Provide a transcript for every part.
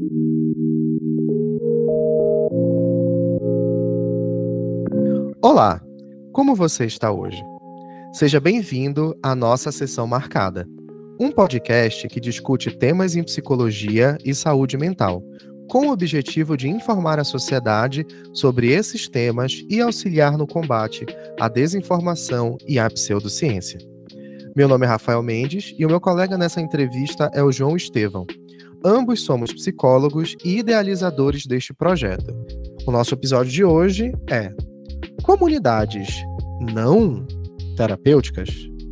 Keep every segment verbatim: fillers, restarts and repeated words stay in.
Olá, como você está hoje? Seja bem-vindo à nossa Sessão Marcada, um podcast que discute temas em psicologia e saúde mental, com o objetivo de informar a sociedade sobre esses temas e auxiliar no combate à desinformação e à pseudociência. Meu nome é Rafael Mendes e o meu colega nessa entrevista é o João Estevão. Ambos somos psicólogos e idealizadores deste projeto. O nosso episódio de hoje é Comunidades não terapêuticas?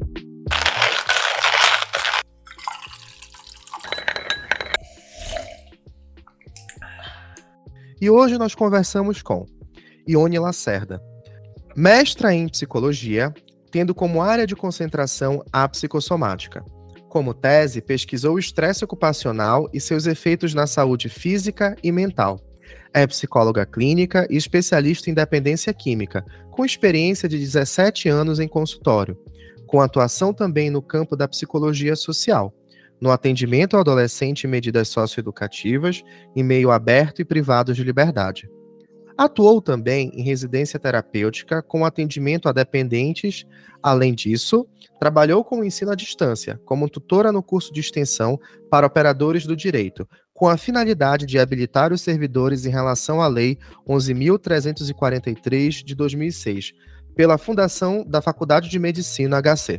E hoje nós conversamos com Ione Lacerda, mestra em psicologia, tendo como área de concentração a psicossomática. Como tese, pesquisou o estresse ocupacional e seus efeitos na saúde física e mental. É psicóloga clínica e especialista em dependência química, com experiência de dezessete anos em consultório, com atuação também no campo da psicologia social, no atendimento ao adolescente em medidas socioeducativas, em meio aberto e privado de liberdade. Atuou também em residência terapêutica com atendimento a dependentes. Além disso, trabalhou com o ensino à distância, como tutora no curso de extensão para operadores do direito, com a finalidade de habilitar os servidores em relação à Lei onze mil trezentos e quarenta e três de dois mil e seis, pela Fundação da Faculdade de Medicina H C.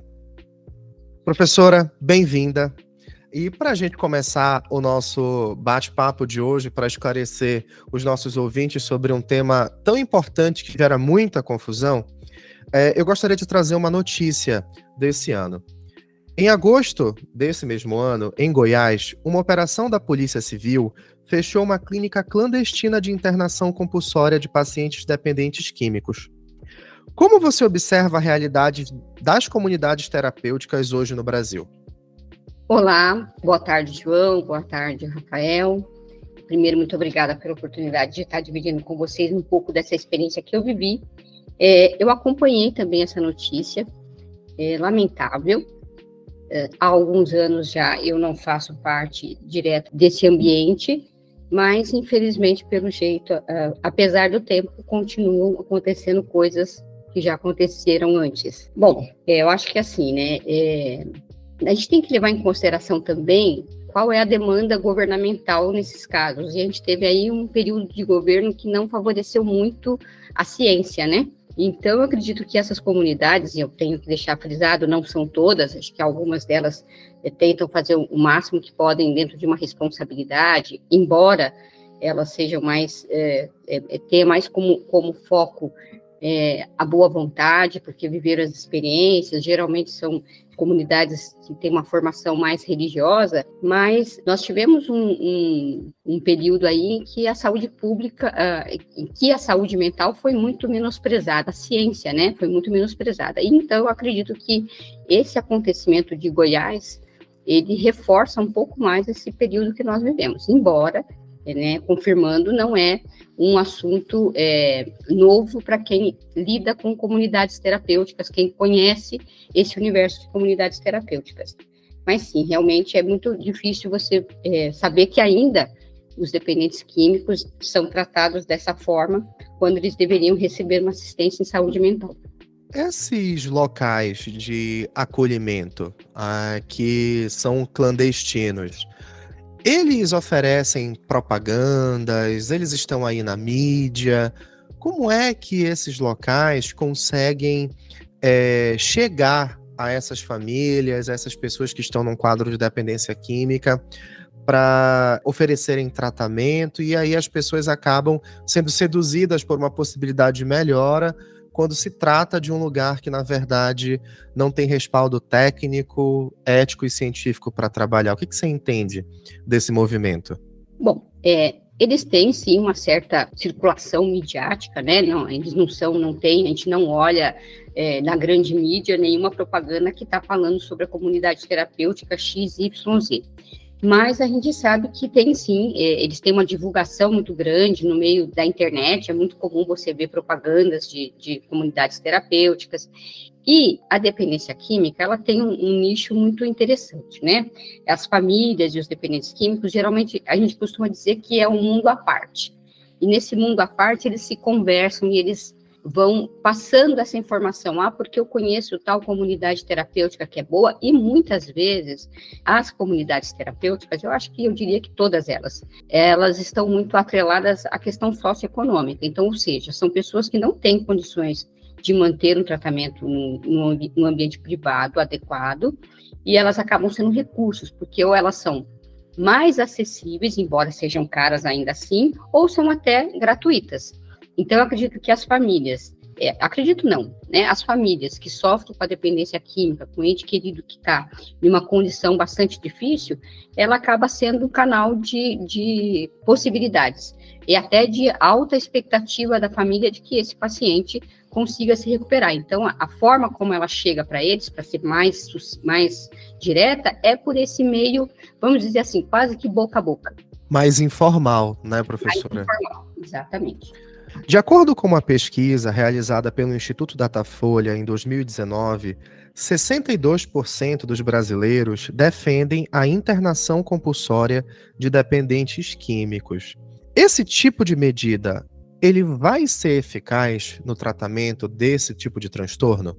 Professora, bem-vinda. E para a gente começar o nosso bate-papo de hoje, para esclarecer os nossos ouvintes sobre um tema tão importante que gera muita confusão, é, eu gostaria de trazer uma notícia desse ano. Em agosto desse mesmo ano, em Goiás, uma operação da Polícia Civil fechou uma clínica clandestina de internação compulsória de pacientes dependentes químicos. Como você observa a realidade das comunidades terapêuticas hoje no Brasil? Olá, boa tarde, João, boa tarde, Rafael. Primeiro, muito obrigada pela oportunidade de estar dividindo com vocês um pouco dessa experiência que eu vivi. É, eu acompanhei também essa notícia, é lamentável. É, há alguns anos já eu não faço parte direto desse ambiente, mas infelizmente, pelo jeito, uh, apesar do tempo, continuam acontecendo coisas que já aconteceram antes. Bom, é, eu acho que assim, né, é, a gente tem que levar em consideração também qual é a demanda governamental nesses casos. E a gente teve aí um período de governo que não favoreceu muito a ciência, né? Então, eu acredito que essas comunidades, e eu tenho que deixar frisado, não são todas, acho que algumas delas é, tentam fazer o máximo que podem dentro de uma responsabilidade, embora elas sejam mais, é, é, tenham mais como, como foco é, a boa vontade, porque viveram as experiências, geralmente são comunidades que têm uma formação mais religiosa, mas nós tivemos um, um, um período aí em que a saúde pública, uh, em que a saúde mental foi muito menosprezada, a ciência, né, foi muito menosprezada. E, então, eu acredito que esse acontecimento de Goiás, ele reforça um pouco mais esse período que nós vivemos, embora, né, confirmando, não é um assunto é, novo para quem lida com comunidades terapêuticas, quem conhece esse universo de comunidades terapêuticas. Mas sim, realmente é muito difícil você é, saber que ainda os dependentes químicos são tratados dessa forma quando eles deveriam receber uma assistência em saúde mental. Esses locais de acolhimento ah, que são clandestinos, eles oferecem propagandas, eles estão aí na mídia. Como é que esses locais conseguem é, chegar a essas famílias, a essas pessoas que estão num quadro de dependência química, para oferecerem tratamento, e aí as pessoas acabam sendo seduzidas por uma possibilidade de melhora, quando se trata de um lugar que, na verdade, não tem respaldo técnico, ético e científico para trabalhar? O que, que você entende desse movimento? Bom, é, eles têm, sim, uma certa circulação midiática, né? Não, eles não são, não tem, a gente não olha é, na grande mídia nenhuma propaganda que está falando sobre a comunidade terapêutica X Y Z. Mas a gente sabe que tem sim, eles têm uma divulgação muito grande no meio da internet, é muito comum você ver propagandas de, de comunidades terapêuticas, e a dependência química, ela tem um, um nicho muito interessante, né? As famílias e os dependentes químicos, geralmente, a gente costuma dizer que é um mundo à parte, e nesse mundo à parte, eles se conversam e eles vão passando essa informação, ah, porque eu conheço tal comunidade terapêutica que é boa, e muitas vezes as comunidades terapêuticas, eu acho que eu diria que todas elas, elas estão muito atreladas à questão socioeconômica, então, ou seja, são pessoas que não têm condições de manter um tratamento no, no, no ambiente privado adequado, e elas acabam sendo recursos, porque ou elas são mais acessíveis, embora sejam caras ainda assim, ou são até gratuitas. Então, eu acredito que as famílias, é, acredito não, né, as famílias que sofrem com a dependência química, com o ente querido que está em uma condição bastante difícil, ela acaba sendo um canal de, de possibilidades, e até de alta expectativa da família de que esse paciente consiga se recuperar. Então, a, a forma como ela chega para eles, para ser mais, mais direta, é por esse meio, vamos dizer assim, quase que boca a boca. Mais informal, né, professora? Mais informal, exatamente. De acordo com uma pesquisa realizada pelo Instituto Datafolha em dois mil e dezenove, sessenta e dois por cento dos brasileiros defendem a internação compulsória de dependentes químicos. Esse tipo de medida, ele vai ser eficaz no tratamento desse tipo de transtorno?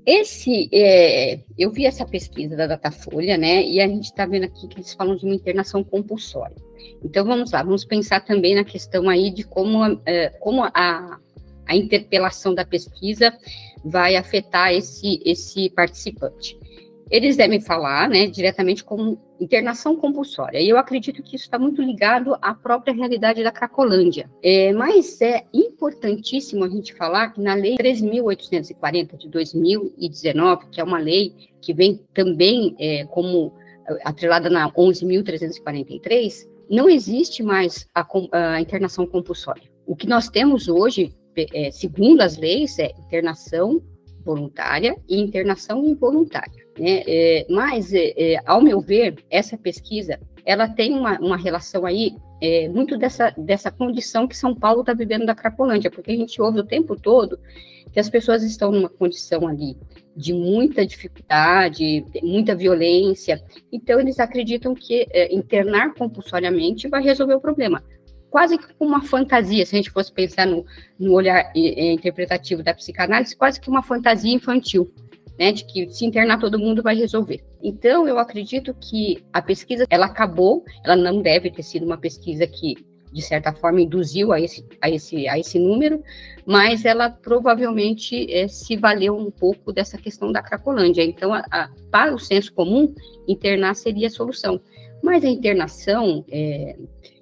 Esse, é, eu vi essa pesquisa da Datafolha, né, e a gente está vendo aqui que eles falam de uma internação compulsória. Então, vamos lá, vamos pensar também na questão aí de como, é, como a, a interpelação da pesquisa vai afetar esse, esse participante. Eles devem falar, né, diretamente como internação compulsória, e eu acredito que isso está muito ligado à própria realidade da Cracolândia. É, mas é importantíssimo a gente falar que na Lei três mil oitocentos e quarenta de dois mil e dezenove, que é uma lei que vem também é, como atrelada na onze mil trezentos e quarenta e três, não existe mais a, a internação compulsória. O que nós temos hoje, é, segundo as leis, é internação voluntária e internação involuntária. Né? É, mas, é, é, ao meu ver, essa pesquisa, ela tem uma, uma relação aí é, muito dessa, dessa condição que São Paulo está vivendo da Cracolândia, porque a gente ouve o tempo todo que as pessoas estão numa condição ali de muita dificuldade, muita violência, então eles acreditam que é, internar compulsoriamente vai resolver o problema. Quase que uma fantasia, se a gente fosse pensar no, no olhar é, interpretativo da psicanálise, quase que uma fantasia infantil, né, de que se internar todo mundo vai resolver. Então, eu acredito que a pesquisa, ela acabou, ela não deve ter sido uma pesquisa que, de certa forma, induziu a esse, a esse, a esse número, mas ela provavelmente é, se valeu um pouco dessa questão da Cracolândia. Então, a, a, para o senso comum, internar seria a solução. Mas a internação, é,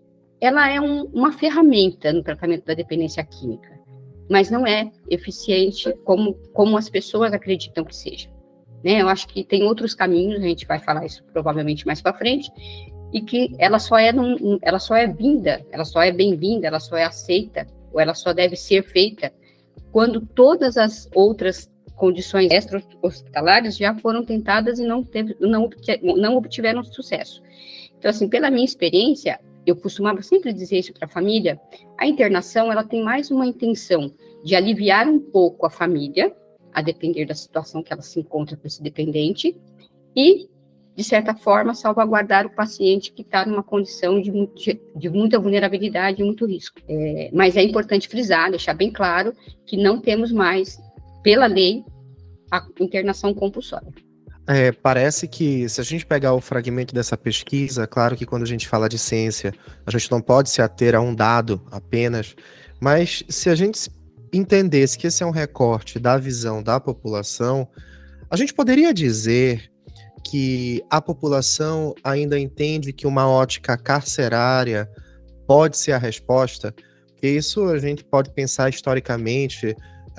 ela é um, uma ferramenta no tratamento da dependência química, mas não é eficiente como, como as pessoas acreditam que seja. Né? Eu acho que tem outros caminhos, a gente vai falar isso provavelmente mais para frente, e que ela só é, num, ela só é vinda, ela só é bem-vinda, ela só é aceita, ou ela só deve ser feita quando todas as outras condições extra-hospitalares já foram tentadas e não, teve, não, não obtiveram sucesso. Então, assim, pela minha experiência, eu costumava sempre dizer isso para a família, a internação, ela tem mais uma intenção de aliviar um pouco a família, a depender da situação que ela se encontra com esse dependente, e, de certa forma, salvaguardar o paciente que está numa condição de, de, de muita vulnerabilidade e muito risco. É, mas é importante frisar, deixar bem claro, que não temos mais, pela lei, a internação compulsória. É, parece que, se a gente pegar o fragmento dessa pesquisa, claro que quando a gente fala de ciência, a gente não pode se ater a um dado apenas, mas se a gente entendesse que esse é um recorte da visão da população, a gente poderia dizer que a população ainda entende que uma ótica carcerária pode ser a resposta, porque isso a gente pode pensar historicamente,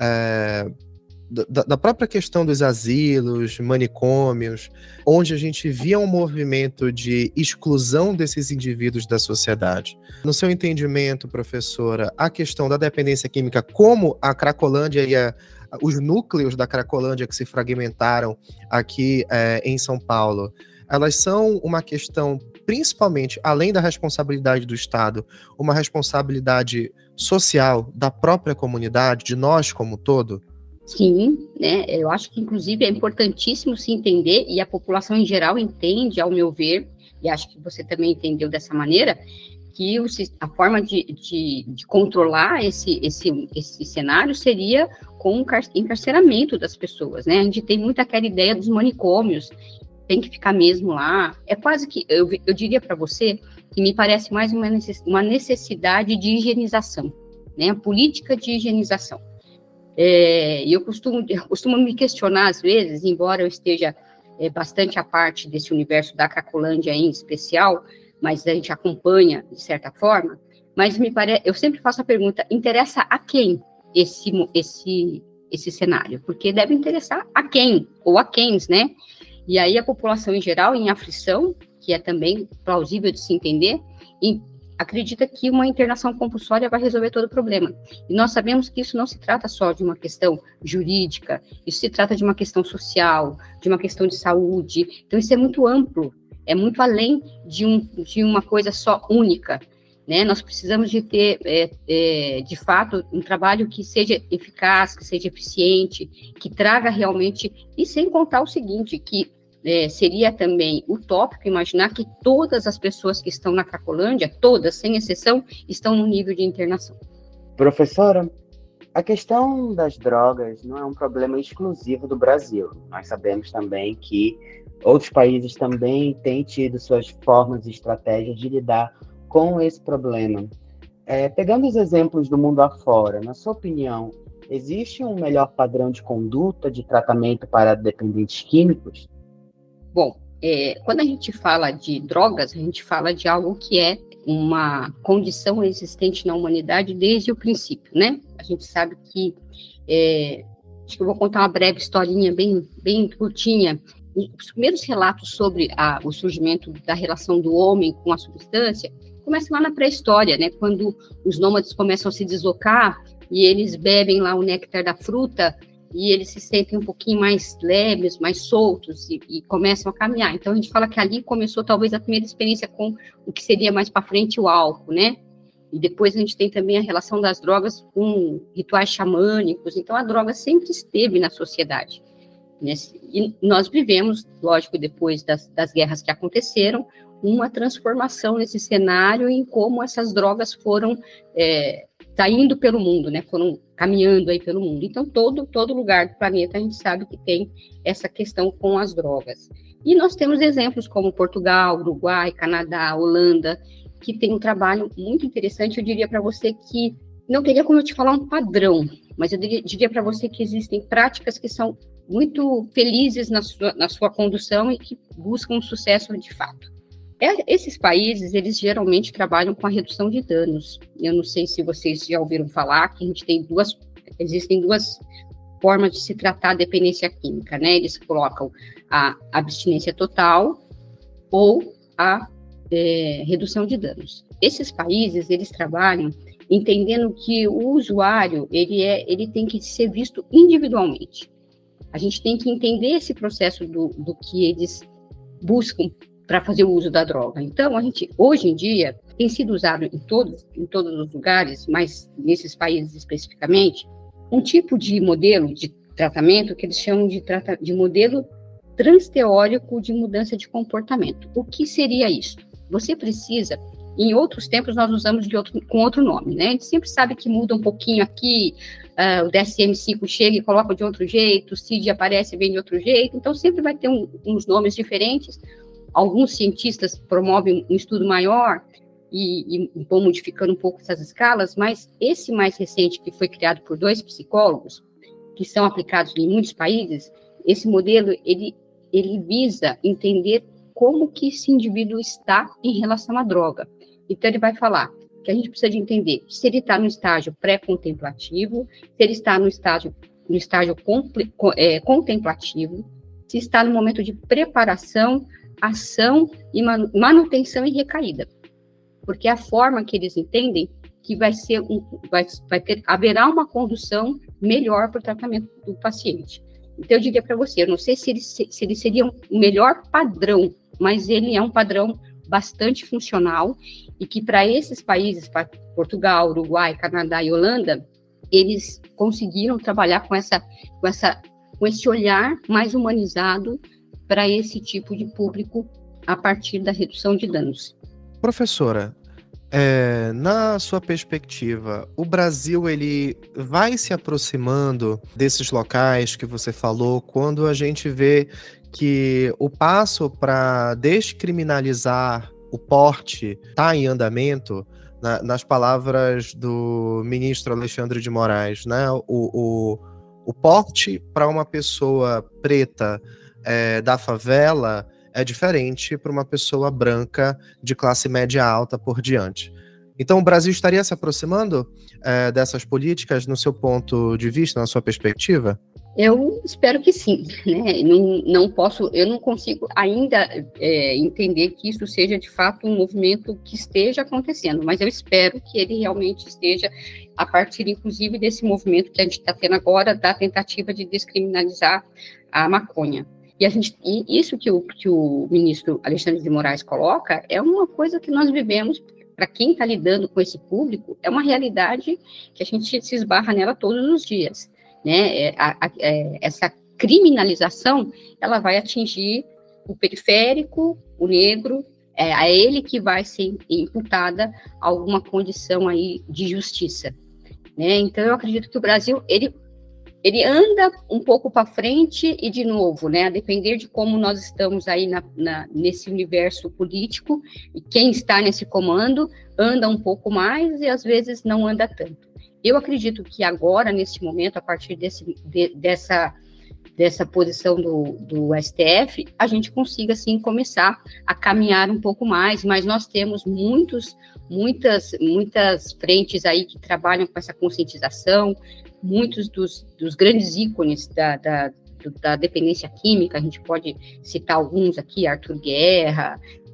é, Da, da própria questão dos asilos, manicômios, onde a gente via um movimento de exclusão desses indivíduos da sociedade. No seu entendimento, professora, a questão da dependência química, como a Cracolândia e a, os núcleos da Cracolândia que se fragmentaram aqui é, em São Paulo, elas são uma questão principalmente, além da responsabilidade do Estado, uma responsabilidade social da própria comunidade, de nós como um todo? Sim, né? Eu acho que, inclusive, é importantíssimo se entender, e a população em geral entende, ao meu ver, e acho que você também entendeu dessa maneira, que o, a forma de, de, de controlar esse, esse, esse cenário seria com o encarceramento das pessoas, né? A gente tem muito aquela ideia dos manicômios, tem que ficar mesmo lá. É quase que, eu, eu diria para você, que me parece mais uma, necess, uma necessidade de higienização, né? Política de higienização. É, eu, costumo, eu costumo me questionar, às vezes, embora eu esteja é, bastante à parte desse universo da Cracolândia em especial, mas a gente acompanha, de certa forma, mas me parece, eu sempre faço a pergunta, interessa a quem esse, esse, esse cenário? Porque deve interessar a quem, ou a quens, né? E aí a população em geral, em aflição, que é também plausível de se entender, em, acredita que uma internação compulsória vai resolver todo o problema. E nós sabemos que isso não se trata só de uma questão jurídica, isso se trata de uma questão social, de uma questão de saúde, então isso é muito amplo, é muito além de, um, de uma coisa só única, né? Nós precisamos de ter, é, é, de fato, um trabalho que seja eficaz, que seja eficiente, que traga realmente, e sem contar o seguinte, que é, seria também utópico imaginar que todas as pessoas que estão na Cracolândia, todas, sem exceção, estão no nível de internação. Professora, a questão das drogas não é um problema exclusivo do Brasil. Nós sabemos também que outros países também têm tido suas formas e estratégias de lidar com esse problema. É, pegando os exemplos do mundo afora, na sua opinião, existe um melhor padrão de conduta de tratamento para dependentes químicos? Bom, é, quando a gente fala de drogas, a gente fala de algo que é uma condição existente na humanidade desde o princípio, né? A gente sabe que, é, acho que eu vou contar uma breve historinha bem, bem curtinha. Os primeiros relatos sobre a, o surgimento da relação do homem com a substância começam lá na pré-história, né? Quando os nômades começam a se deslocar e eles bebem lá o néctar da fruta e eles se sentem um pouquinho mais leves, mais soltos e, e começam a caminhar. Então, a gente fala que ali começou talvez a primeira experiência com o que seria mais para frente o álcool, né? E depois a gente tem também a relação das drogas com rituais xamânicos. Então, a droga sempre esteve na sociedade. Né? E nós vivemos, lógico, depois das, das guerras que aconteceram, uma transformação nesse cenário em como essas drogas foram é, saindo pelo mundo, né? Foram caminhando aí pelo mundo. Então, todo, todo lugar do planeta a gente sabe que tem essa questão com as drogas. E nós temos exemplos como Portugal, Uruguai, Canadá, Holanda, que tem um trabalho muito interessante. Eu diria para você que não teria como eu te falar um padrão, mas eu diria, diria para você que existem práticas que são muito felizes na sua, na sua condução e que buscam um sucesso de fato. É, esses países, eles geralmente trabalham com a redução de danos. Eu não sei se vocês já ouviram falar que a gente tem duas, existem duas formas de se tratar a dependência química, né? Eles colocam a abstinência total ou a é, redução de danos. Esses países, eles trabalham entendendo que o usuário, ele, é, ele tem que ser visto individualmente. A gente tem que entender esse processo do, do que eles buscam para fazer o uso da droga. Então, a gente, hoje em dia, tem sido usado em todos, em todos os lugares, mas nesses países especificamente, um tipo de modelo de tratamento que eles chamam de, trata, de modelo transteórico de mudança de comportamento. O que seria isso? Você precisa, em outros tempos nós usamos de outro, com outro nome, né? A gente sempre sabe que muda um pouquinho aqui, uh, o D S M cinco chega e coloca de outro jeito, o C I D aparece e vem de outro jeito, então sempre vai ter um, uns nomes diferentes. Alguns cientistas promovem um estudo maior e, e vão modificando um pouco essas escalas, mas esse mais recente, que foi criado por dois psicólogos, que são aplicados em muitos países, esse modelo, ele, ele visa entender como que esse indivíduo está em relação à droga. Então, ele vai falar que a gente precisa de entender se ele está no estágio pré-contemplativo, se ele está no estágio, no estágio comple, é, contemplativo, se está no momento de preparação, ação e manutenção e recaída, porque é a forma que eles entendem que vai ser um, vai, vai ter, haverá uma condução melhor para o tratamento do paciente. Então eu diria para você, eu não sei se ele, se ele seria um melhor padrão, mas ele é um padrão bastante funcional e que para esses países, para Portugal, Uruguai, Canadá e Holanda, eles conseguiram trabalhar com, essa, com, essa, com esse olhar mais humanizado para esse tipo de público a partir da redução de danos. Professora, é, na sua perspectiva, o Brasil ele vai se aproximando desses locais que você falou quando a gente vê que o passo para descriminalizar o porte está em andamento? Na, nas palavras do ministro Alexandre de Moraes, né? O, o, o porte para uma pessoa preta é, da favela é diferente para uma pessoa branca de classe média alta por diante. Então, o Brasil estaria se aproximando é, dessas políticas, no seu ponto de vista, na sua perspectiva? Eu espero que sim, né? Não, não posso, eu não consigo ainda é, entender que isso seja de fato um movimento que esteja acontecendo, mas eu espero que ele realmente esteja a partir, inclusive, desse movimento que a gente está tendo agora, da tentativa de descriminalizar a maconha. E, a gente, e isso que o, que o ministro Alexandre de Moraes coloca é uma coisa que nós vivemos, para quem está lidando com esse público, é uma realidade que a gente se esbarra nela todos os dias. Né, a, a, essa criminalização, ela vai atingir o periférico, o negro, é a ele que vai ser imputada alguma condição aí de justiça, né? Então eu acredito que o Brasil, ele, ele anda um pouco para frente e de novo, né, a depender de como nós estamos aí na, na, nesse universo político, e quem está nesse comando anda um pouco mais e às vezes não anda tanto. Eu acredito que agora, nesse momento, a partir desse, de, dessa, dessa posição do, do S T F, a gente consiga, sim, começar a caminhar um pouco mais, mas nós temos muitos, muitas, muitas frentes aí que trabalham com essa conscientização, muitos dos, dos grandes ícones da, da, da dependência química, a gente pode citar alguns aqui, Arthur Guerra,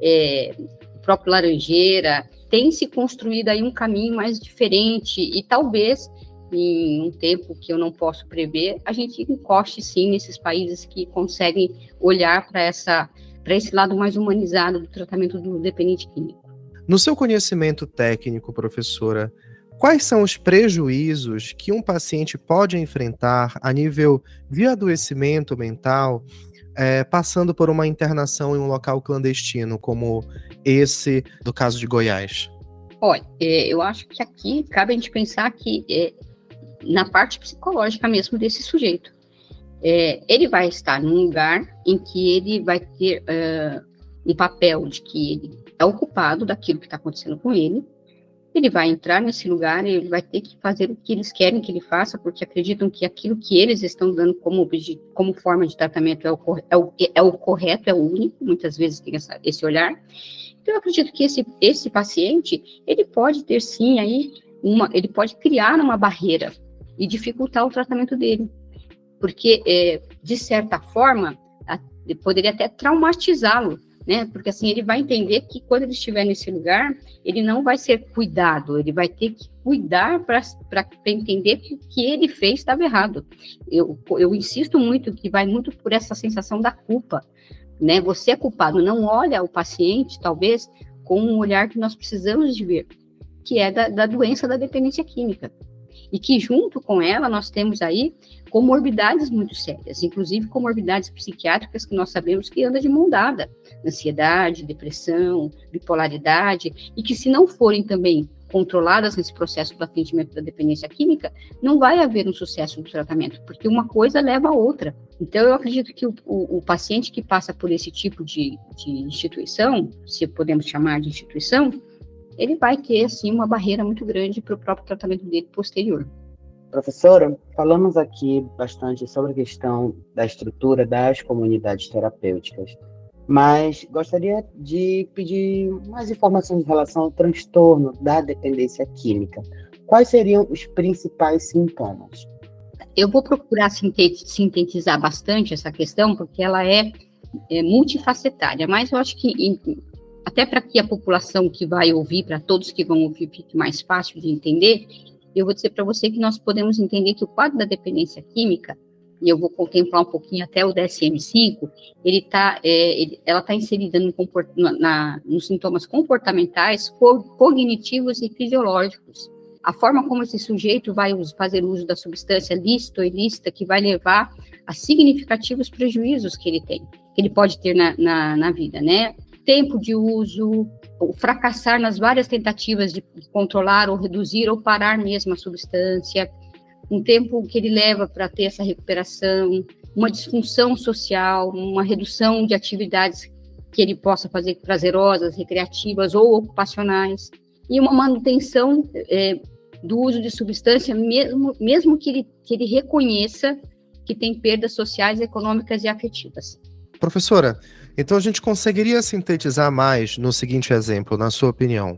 é, o próprio Laranjeira, tem se construído aí um caminho mais diferente e talvez, em um tempo que eu não posso prever, a gente encoste sim nesses países que conseguem olhar para essa, para esse lado mais humanizado do tratamento do dependente químico. No seu conhecimento técnico, professora, quais são os prejuízos que um paciente pode enfrentar a nível de adoecimento mental, é, passando por uma internação em um local clandestino, como esse do caso de Goiás? Olha, é, eu acho que aqui cabe a gente pensar que é, na parte psicológica mesmo desse sujeito. É, ele vai estar num lugar em que ele vai ter uh, um papel de que ele é o culpado daquilo que está acontecendo com ele. Ele vai entrar nesse lugar e ele vai ter que fazer o que eles querem que ele faça, porque acreditam que aquilo que eles estão dando como, como forma de tratamento é o, é, o, é o correto, é o único, muitas vezes tem essa, esse olhar. Então, eu acredito que esse, esse paciente, ele pode ter sim aí, uma, ele pode criar uma barreira e dificultar o tratamento dele, porque, é, de certa forma, a, poderia até traumatizá-lo, né? Porque assim, ele vai entender que quando ele estiver nesse lugar, ele não vai ser cuidado, ele vai ter que cuidar para entender que o que ele fez estava errado. Eu, eu insisto muito que vai muito por essa sensação da culpa, né? Você é culpado, não olha o paciente, talvez, com um olhar que nós precisamos de ver, que é da, da doença da dependência química. E que junto com ela nós temos aí comorbidades muito sérias, inclusive comorbidades psiquiátricas que nós sabemos que anda de mão dada, ansiedade, depressão, bipolaridade, e que se não forem também controladas nesse processo do atendimento da dependência química, não vai haver um sucesso do tratamento, porque uma coisa leva a outra. Então, eu acredito que o, o, o paciente que passa por esse tipo de, de instituição, se podemos chamar de instituição, ele vai ter, assim, uma barreira muito grande para o próprio tratamento dele posterior. Professora, falamos aqui bastante sobre a questão da estrutura das comunidades terapêuticas, mas gostaria de pedir mais informações em relação ao transtorno da dependência química. Quais seriam os principais sintomas? Eu vou procurar sintetizar bastante essa questão, porque ela é, é multifacetária, mas eu acho que, em, até para que a população que vai ouvir, para todos que vão ouvir, fique mais fácil de entender, eu vou dizer para você que nós podemos entender que o quadro da dependência química, e eu vou contemplar um pouquinho até o D S M cinco, ele tá, é, ele, ela está inserida no comport, na, nos sintomas comportamentais, cognitivos e fisiológicos. A forma como esse sujeito vai fazer uso da substância lícita ou ilícita, que vai levar a significativos prejuízos que ele tem, que ele pode ter na, na, na vida, né? Tempo de uso, o fracassar nas várias tentativas de controlar ou reduzir ou parar mesmo a substância, um tempo que ele leva para ter essa recuperação, uma disfunção social, uma redução de atividades que ele possa fazer prazerosas, recreativas ou ocupacionais, e uma manutenção é, do uso de substância, mesmo, mesmo que, ele, que ele reconheça que tem perdas sociais, econômicas e afetivas. Professora, então a gente conseguiria sintetizar mais no seguinte exemplo, na sua opinião.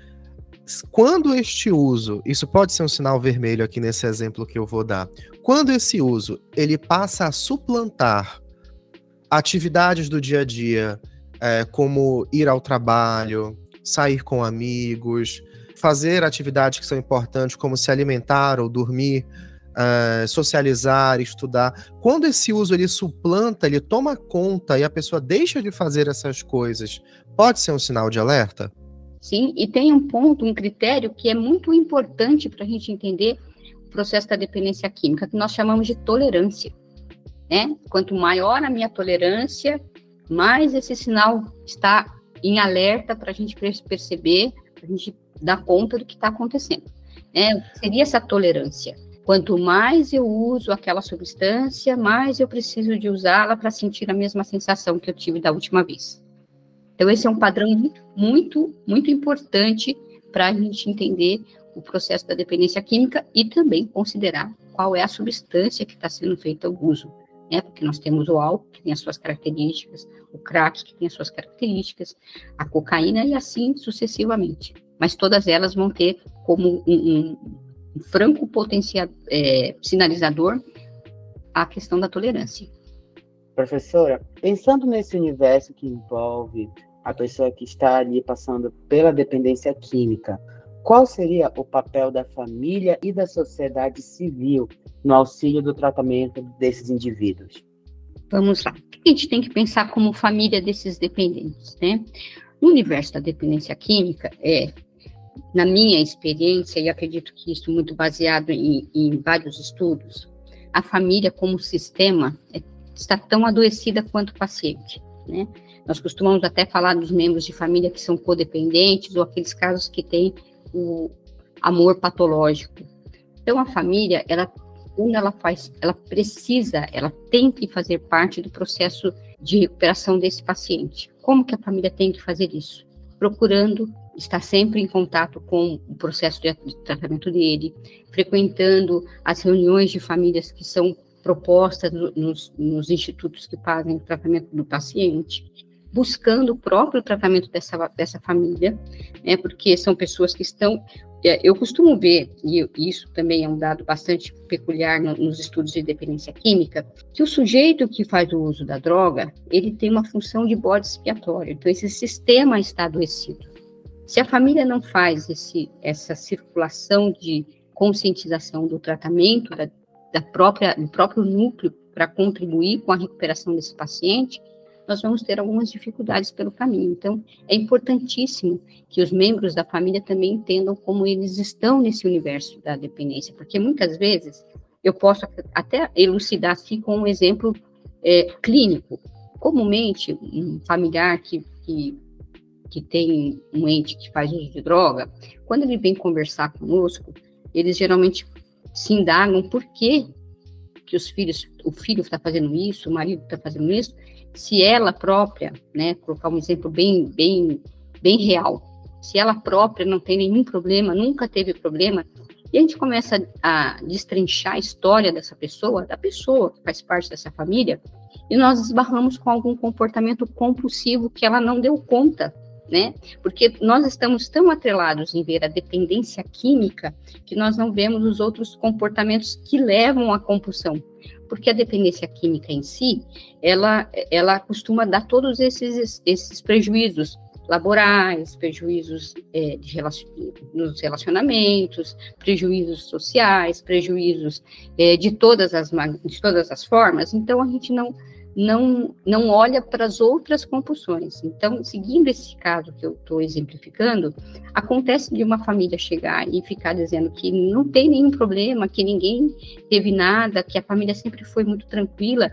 Quando este uso, isso pode ser um sinal vermelho aqui nesse exemplo que eu vou dar, quando esse uso ele passa a suplantar atividades do dia a dia, é, como ir ao trabalho, sair com amigos, fazer atividades que são importantes, como se alimentar ou dormir, uh, socializar, estudar. Quando esse uso ele suplanta, ele toma conta e a pessoa deixa de fazer essas coisas, pode ser um sinal de alerta? Sim, e tem um ponto, um critério que é muito importante para a gente entender o processo da dependência química, que nós chamamos de tolerância, né? Quanto maior a minha tolerância, mais esse sinal está em alerta para a gente perceber, para a gente dar conta do que está acontecendo. Né? Seria essa tolerância. Quanto mais eu uso aquela substância, mais eu preciso de usá-la para sentir a mesma sensação que eu tive da última vez. Então, esse é um padrão muito, muito, muito importante para a gente entender o processo da dependência química e também considerar qual é a substância que está sendo feita o uso. Né? Porque nós temos o álcool, que tem as suas características, o crack, que tem as suas características, a cocaína e assim sucessivamente. Mas todas elas vão ter como um, um, um franco potencial, é, sinalizador a questão da tolerância. Professora, pensando nesse universo que envolve a pessoa que está ali passando pela dependência química, qual seria o papel da família e da sociedade civil no auxílio do tratamento desses indivíduos? Vamos lá. O que a gente tem que pensar como família desses dependentes, né? No universo da dependência química, é, na minha experiência, e acredito que isso muito baseado em, em vários estudos, a família como sistema é, está tão adoecida quanto o paciente, né? Nós costumamos até falar dos membros de família que são codependentes ou aqueles casos que têm o amor patológico. Então, a família, ela, quando ela faz, ela precisa, ela tem que fazer parte do processo de recuperação desse paciente. Como que a família tem que fazer isso? Procurando estar sempre em contato com o processo de tratamento dele, frequentando as reuniões de famílias que são propostas nos, nos institutos que fazem o tratamento do paciente, buscando o próprio tratamento dessa, dessa família, né, porque são pessoas que estão, eu costumo ver, e isso também é um dado bastante peculiar no, nos estudos de dependência química, que o sujeito que faz o uso da droga, ele tem uma função de bode expiatório, então esse sistema está adoecido. Se a família não faz esse, essa circulação de conscientização do tratamento, da, da própria, do próprio núcleo, para contribuir com a recuperação desse paciente, nós vamos ter algumas dificuldades pelo caminho. Então, é importantíssimo que os membros da família também entendam como eles estão nesse universo da dependência, porque muitas vezes eu posso até elucidar aqui com um exemplo é, clínico. Comumente, um familiar que, que, que tem um ente que faz uso de droga, quando ele vem conversar conosco, eles geralmente se indagam por que que os filhos, o filho está fazendo isso, o marido está fazendo isso, se ela própria, né, colocar um exemplo bem, bem, bem real, se ela própria não tem nenhum problema, nunca teve problema, e a gente começa a destrinchar a história dessa pessoa, da pessoa que faz parte dessa família, e nós esbarramos com algum comportamento compulsivo que ela não deu conta, né? Porque nós estamos tão atrelados em ver a dependência química que nós não vemos os outros comportamentos que levam à compulsão. Porque a dependência química em si, ela, ela costuma dar todos esses, esses prejuízos laborais, prejuízos é, de relacion... nos relacionamentos, prejuízos sociais, prejuízos é, de, todas as, de todas as formas. Então, a gente não, não, não olha para as outras compulsões. Então, seguindo esse caso que eu estou exemplificando, acontece de uma família chegar e ficar dizendo que não tem nenhum problema, que ninguém teve nada, que a família sempre foi muito tranquila,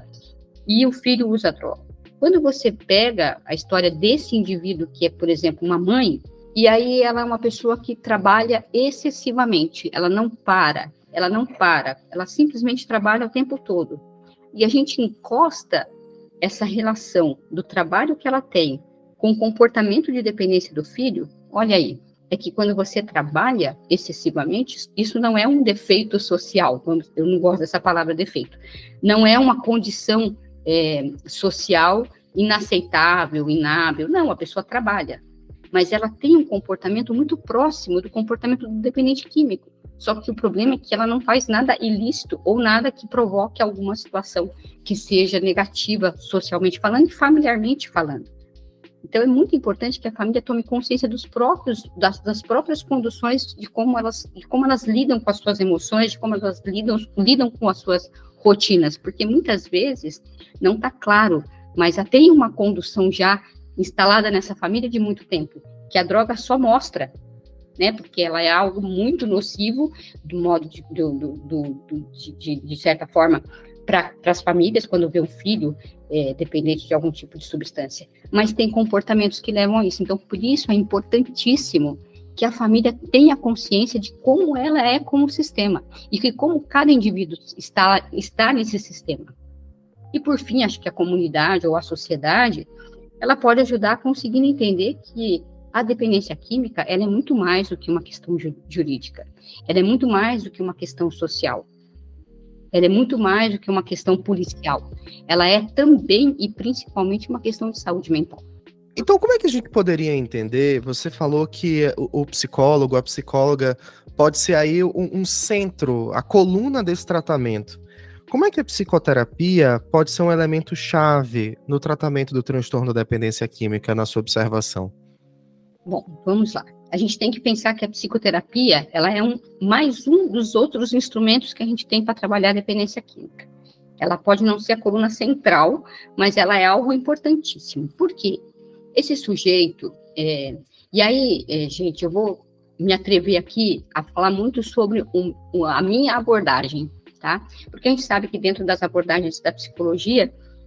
e o filho usa droga. Quando você pega a história desse indivíduo, que é, por exemplo, uma mãe, e aí ela é uma pessoa que trabalha excessivamente, ela não para, ela não para, ela simplesmente trabalha o tempo todo. E a gente encosta essa relação do trabalho que ela tem com o comportamento de dependência do filho, olha aí, é que quando você trabalha excessivamente, isso não é um defeito social, eu não gosto dessa palavra defeito, não é uma condição É, social inaceitável, inábil. Não, a pessoa trabalha, mas ela tem um comportamento muito próximo do comportamento do dependente químico. Só que o problema é que ela não faz nada ilícito ou nada que provoque alguma situação que seja negativa socialmente falando e familiarmente falando. Então, é muito importante que a família tome consciência dos próprios, das, das próprias conduções, de como, elas, de como elas lidam com as suas emoções, de como elas lidam, lidam com as suas rotinas, porque muitas vezes não está claro, mas já tem uma condução já instalada nessa família de muito tempo, que a droga só mostra, né, porque ela é algo muito nocivo, do modo de, do, do, do, de, de certa forma, para as famílias, quando vê um filho é, dependente de algum tipo de substância, mas tem comportamentos que levam a isso. Então, por isso é importantíssimo que a família tenha consciência de como ela é como sistema, e que como cada indivíduo está, está nesse sistema. E, por fim, acho que a comunidade ou a sociedade, ela pode ajudar a conseguir entender que a dependência química, ela é muito mais do que uma questão ju- jurídica, ela é muito mais do que uma questão social, ela é muito mais do que uma questão policial, ela é também e principalmente uma questão de saúde mental. Então, como é que a gente poderia entender? Você falou que o, o psicólogo, a psicóloga, pode ser aí um, um centro, a coluna desse tratamento. Como é que a psicoterapia pode ser um elemento chave no tratamento do transtorno da dependência química, na sua observação? Bom, vamos lá. A gente tem que pensar que a psicoterapia, ela é um, mais um dos outros instrumentos que a gente tem para trabalhar a dependência química. Ela pode não ser a coluna central, mas ela é algo importantíssimo. Por quê? Esse sujeito, é, e aí, é, gente, eu vou me atrever aqui a falar muito sobre um, um, a minha abordagem, tá? Porque a gente sabe que dentro das abordagens da psicologia,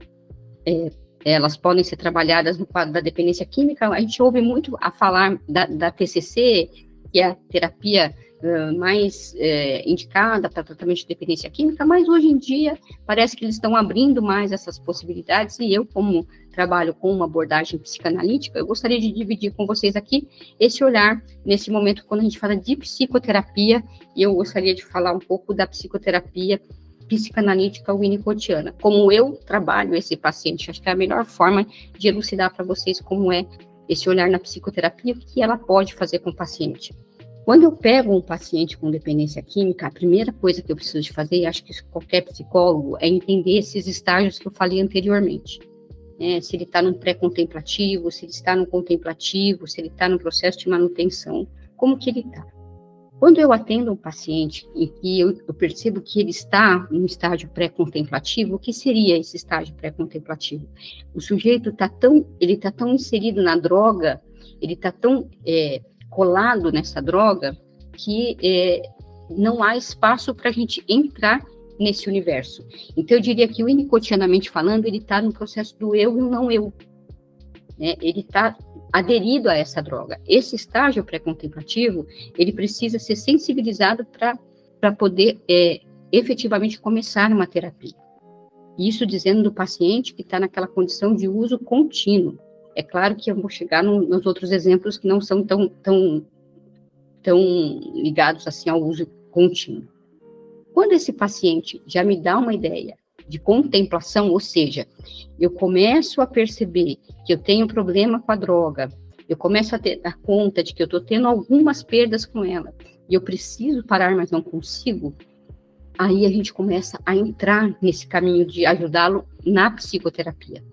é, elas podem ser trabalhadas no quadro da dependência química. A gente ouve muito a falar da, da T C C, que é a terapia uh, mais uh, indicada para tratamento de dependência química, mas hoje em dia parece que eles estão abrindo mais essas possibilidades, e eu, como trabalho com uma abordagem psicanalítica, eu gostaria de dividir com vocês aqui esse olhar, nesse momento, quando a gente fala de psicoterapia, e eu gostaria de falar um pouco da psicoterapia psicanalítica winnicottiana, como eu trabalho esse paciente. Acho que é a melhor forma de elucidar para vocês como é esse olhar na psicoterapia, o que ela pode fazer com o paciente. Quando eu pego um paciente com dependência química, a primeira coisa que eu preciso de fazer, e acho que qualquer psicólogo, é entender esses estágios que eu falei anteriormente. É, se ele está num pré-contemplativo, se ele está no contemplativo, se ele está no processo de manutenção, como que ele está. Quando eu atendo um paciente e que eu, eu percebo que ele está no estágio pré-contemplativo, o que seria esse estágio pré-contemplativo? O sujeito está tão, ele está tão inserido na droga, ele está tão é, colado nessa droga, que é, não há espaço para a gente entrar nesse universo. Então, eu diria que, winnicottianamente falando, ele está no processo do eu e o não eu. Né? Ele está aderido a essa droga. Esse estágio pré-contemplativo, ele precisa ser sensibilizado para poder é, efetivamente começar uma terapia. Isso dizendo do paciente que está naquela condição de uso contínuo. É claro que eu vou chegar no, nos outros exemplos que não são tão, tão, tão ligados assim ao uso contínuo. Quando esse paciente já me dá uma ideia de contemplação, ou seja, eu começo a perceber que eu tenho problema com a droga, eu começo a ter, dar conta de que eu estou tendo algumas perdas com ela, e eu preciso parar, mas não consigo, aí a gente começa a entrar nesse caminho de ajudá-lo na psicoterapia.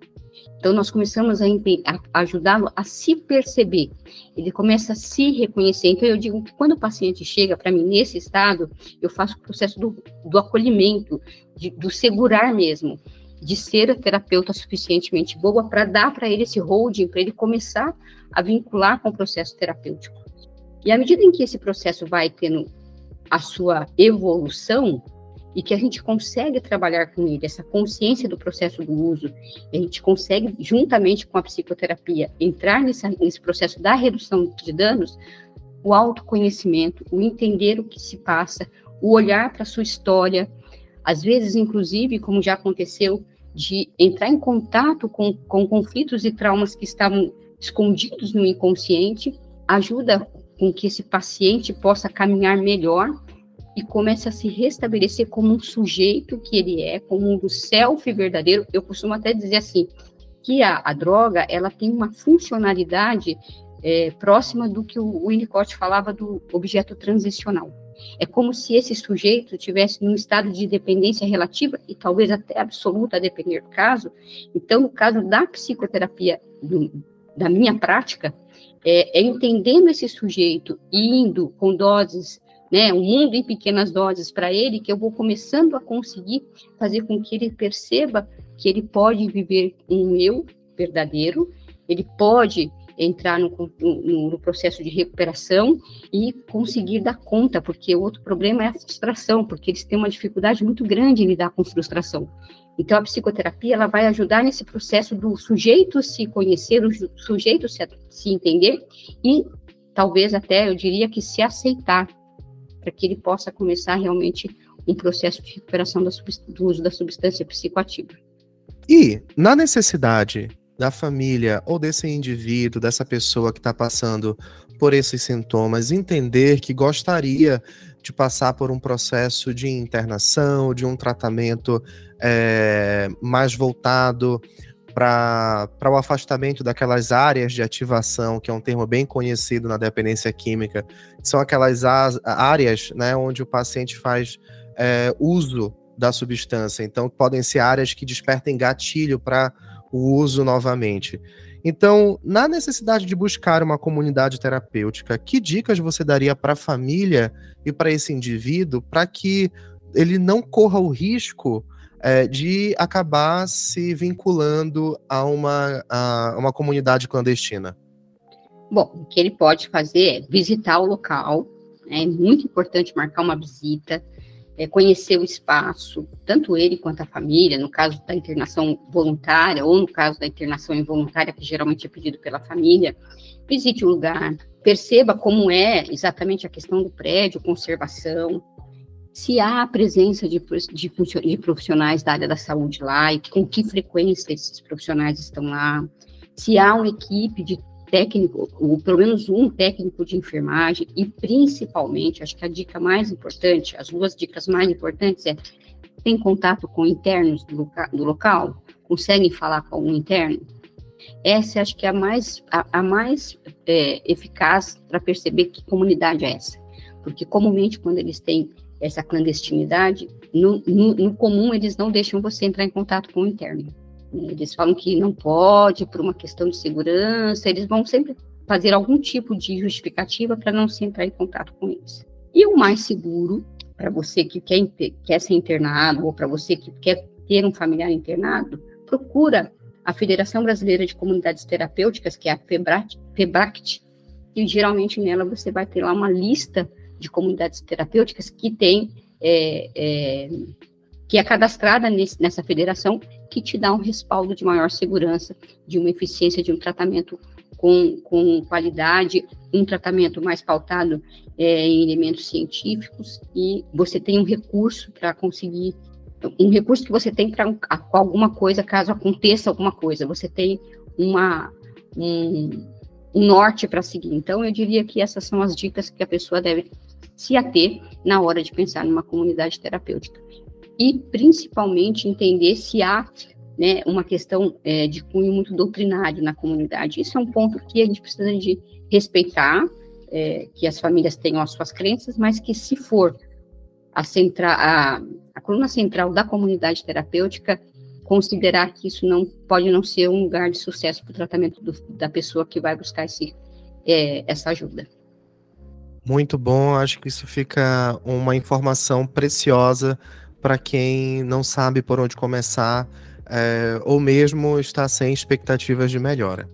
Então, nós começamos a, a ajudá-lo a se perceber, ele começa a se reconhecer. Então, eu digo que quando o paciente chega para mim nesse estado, eu faço o processo do, do acolhimento, de, do segurar mesmo, de ser a terapeuta suficientemente boa para dar para ele esse holding, para ele começar a vincular com o processo terapêutico. E à medida em que esse processo vai tendo a sua evolução, e que a gente consegue trabalhar com ele, essa consciência do processo do uso, a gente consegue, juntamente com a psicoterapia, entrar nesse, nesse processo da redução de danos, o autoconhecimento, o entender o que se passa, o olhar para a sua história, às vezes, inclusive, como já aconteceu, de entrar em contato com, com conflitos e traumas que estavam escondidos no inconsciente, ajuda com que esse paciente possa caminhar melhor e comece a se restabelecer como um sujeito que ele é, como um self verdadeiro. Eu costumo até dizer assim, que a, a droga, ela tem uma funcionalidade é, próxima do que o Winnicott falava do objeto transicional. É como se esse sujeito estivesse num estado de dependência relativa e talvez até absoluta, a depender do caso. Então, no caso da psicoterapia, do, da minha prática, é, é entendendo esse sujeito, indo com doses, né, um mundo em pequenas doses para ele, que eu vou começando a conseguir fazer com que ele perceba que ele pode viver um eu verdadeiro, ele pode entrar no, no, no processo de recuperação e conseguir dar conta, porque o outro problema é a frustração, porque eles têm uma dificuldade muito grande em lidar com frustração. Então, a psicoterapia, ela vai ajudar nesse processo do sujeito se conhecer, o sujeito se, se entender e, talvez até, eu diria que se aceitar, para que ele possa começar realmente um processo de recuperação da do uso da substância psicoativa. E, na necessidade da família ou desse indivíduo, dessa pessoa que está passando por esses sintomas, entender que gostaria de passar por um processo de internação, de um tratamento é, mais voltado para o afastamento daquelas áreas de ativação, que é um termo bem conhecido na dependência química, que são aquelas áreas, né, onde o paciente faz é, uso da substância. Então, podem ser áreas que despertem gatilho para o uso novamente. Então, na necessidade de buscar uma comunidade terapêutica, que dicas você daria para a família e para esse indivíduo para que ele não corra o risco É, de acabar se vinculando a uma, a uma comunidade clandestina? Bom, o que ele pode fazer é visitar o local, né, é muito importante marcar uma visita, é, conhecer o espaço, tanto ele quanto a família, no caso da internação voluntária, ou no caso da internação involuntária, que geralmente é pedido pela família, visite o lugar, perceba como é exatamente a questão do prédio, conservação, se há a presença de, de, de profissionais da área da saúde lá, e com que frequência esses profissionais estão lá, se há uma equipe de técnico, ou pelo menos um técnico de enfermagem, e principalmente, acho que a dica mais importante, as duas dicas mais importantes é, tem contato com internos do, loca, do local? Conseguem falar com algum interno? Essa acho que é a mais, a, a mais é, eficaz para perceber que comunidade é essa, porque comumente quando eles têm essa clandestinidade, no, no, no comum eles não deixam você entrar em contato com o interno. Eles falam que não pode, por uma questão de segurança, eles vão sempre fazer algum tipo de justificativa para não se entrar em contato com eles. E o mais seguro, para você que quer, quer ser internado, ou para você que quer ter um familiar internado, procura a Federação Brasileira de Comunidades Terapêuticas, que é a FEBRACT, FEBRACT, e geralmente nela você vai ter lá uma lista de comunidades terapêuticas que tem, é, é, que é cadastrada nesse, nessa federação, que te dá um respaldo de maior segurança, de uma eficiência de um tratamento com, com qualidade, um tratamento mais pautado é, em elementos científicos, e você tem um recurso para conseguir, um recurso que você tem para alguma coisa, caso aconteça alguma coisa, você tem uma, um, um norte para seguir. Então, eu diria que essas são as dicas que a pessoa deve se ater na hora de pensar numa comunidade terapêutica. E, principalmente, entender se há, né, uma questão é, de cunho muito doutrinário na comunidade. Isso é um ponto que a gente precisa de respeitar, é, que as famílias tenham as suas crenças, mas que, se for a, centra, a, a coluna central da comunidade terapêutica, considerar que isso não pode não ser um lugar de sucesso para o tratamento do, da pessoa que vai buscar esse, é, essa ajuda. Muito bom, acho que isso fica uma informação preciosa para quem não sabe por onde começar, é, ou mesmo está sem expectativas de melhora.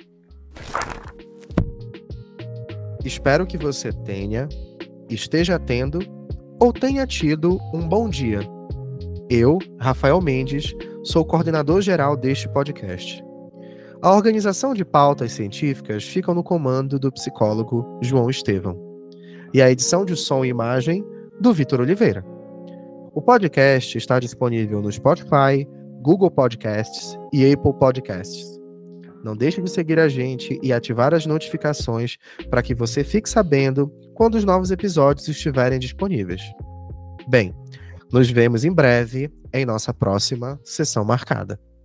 Espero que você tenha, esteja tendo ou tenha tido um bom dia. Eu, Rafael Mendes, sou coordenador geral deste podcast. A organização de pautas científicas fica no comando do psicólogo João Estevão. E a edição de som e imagem do Vitor Oliveira. O podcast está disponível no Spotify, Google Podcasts e Apple Podcasts. Não deixe de seguir a gente e ativar as notificações para que você fique sabendo quando os novos episódios estiverem disponíveis. Bem, nos vemos em breve em nossa próxima sessão marcada.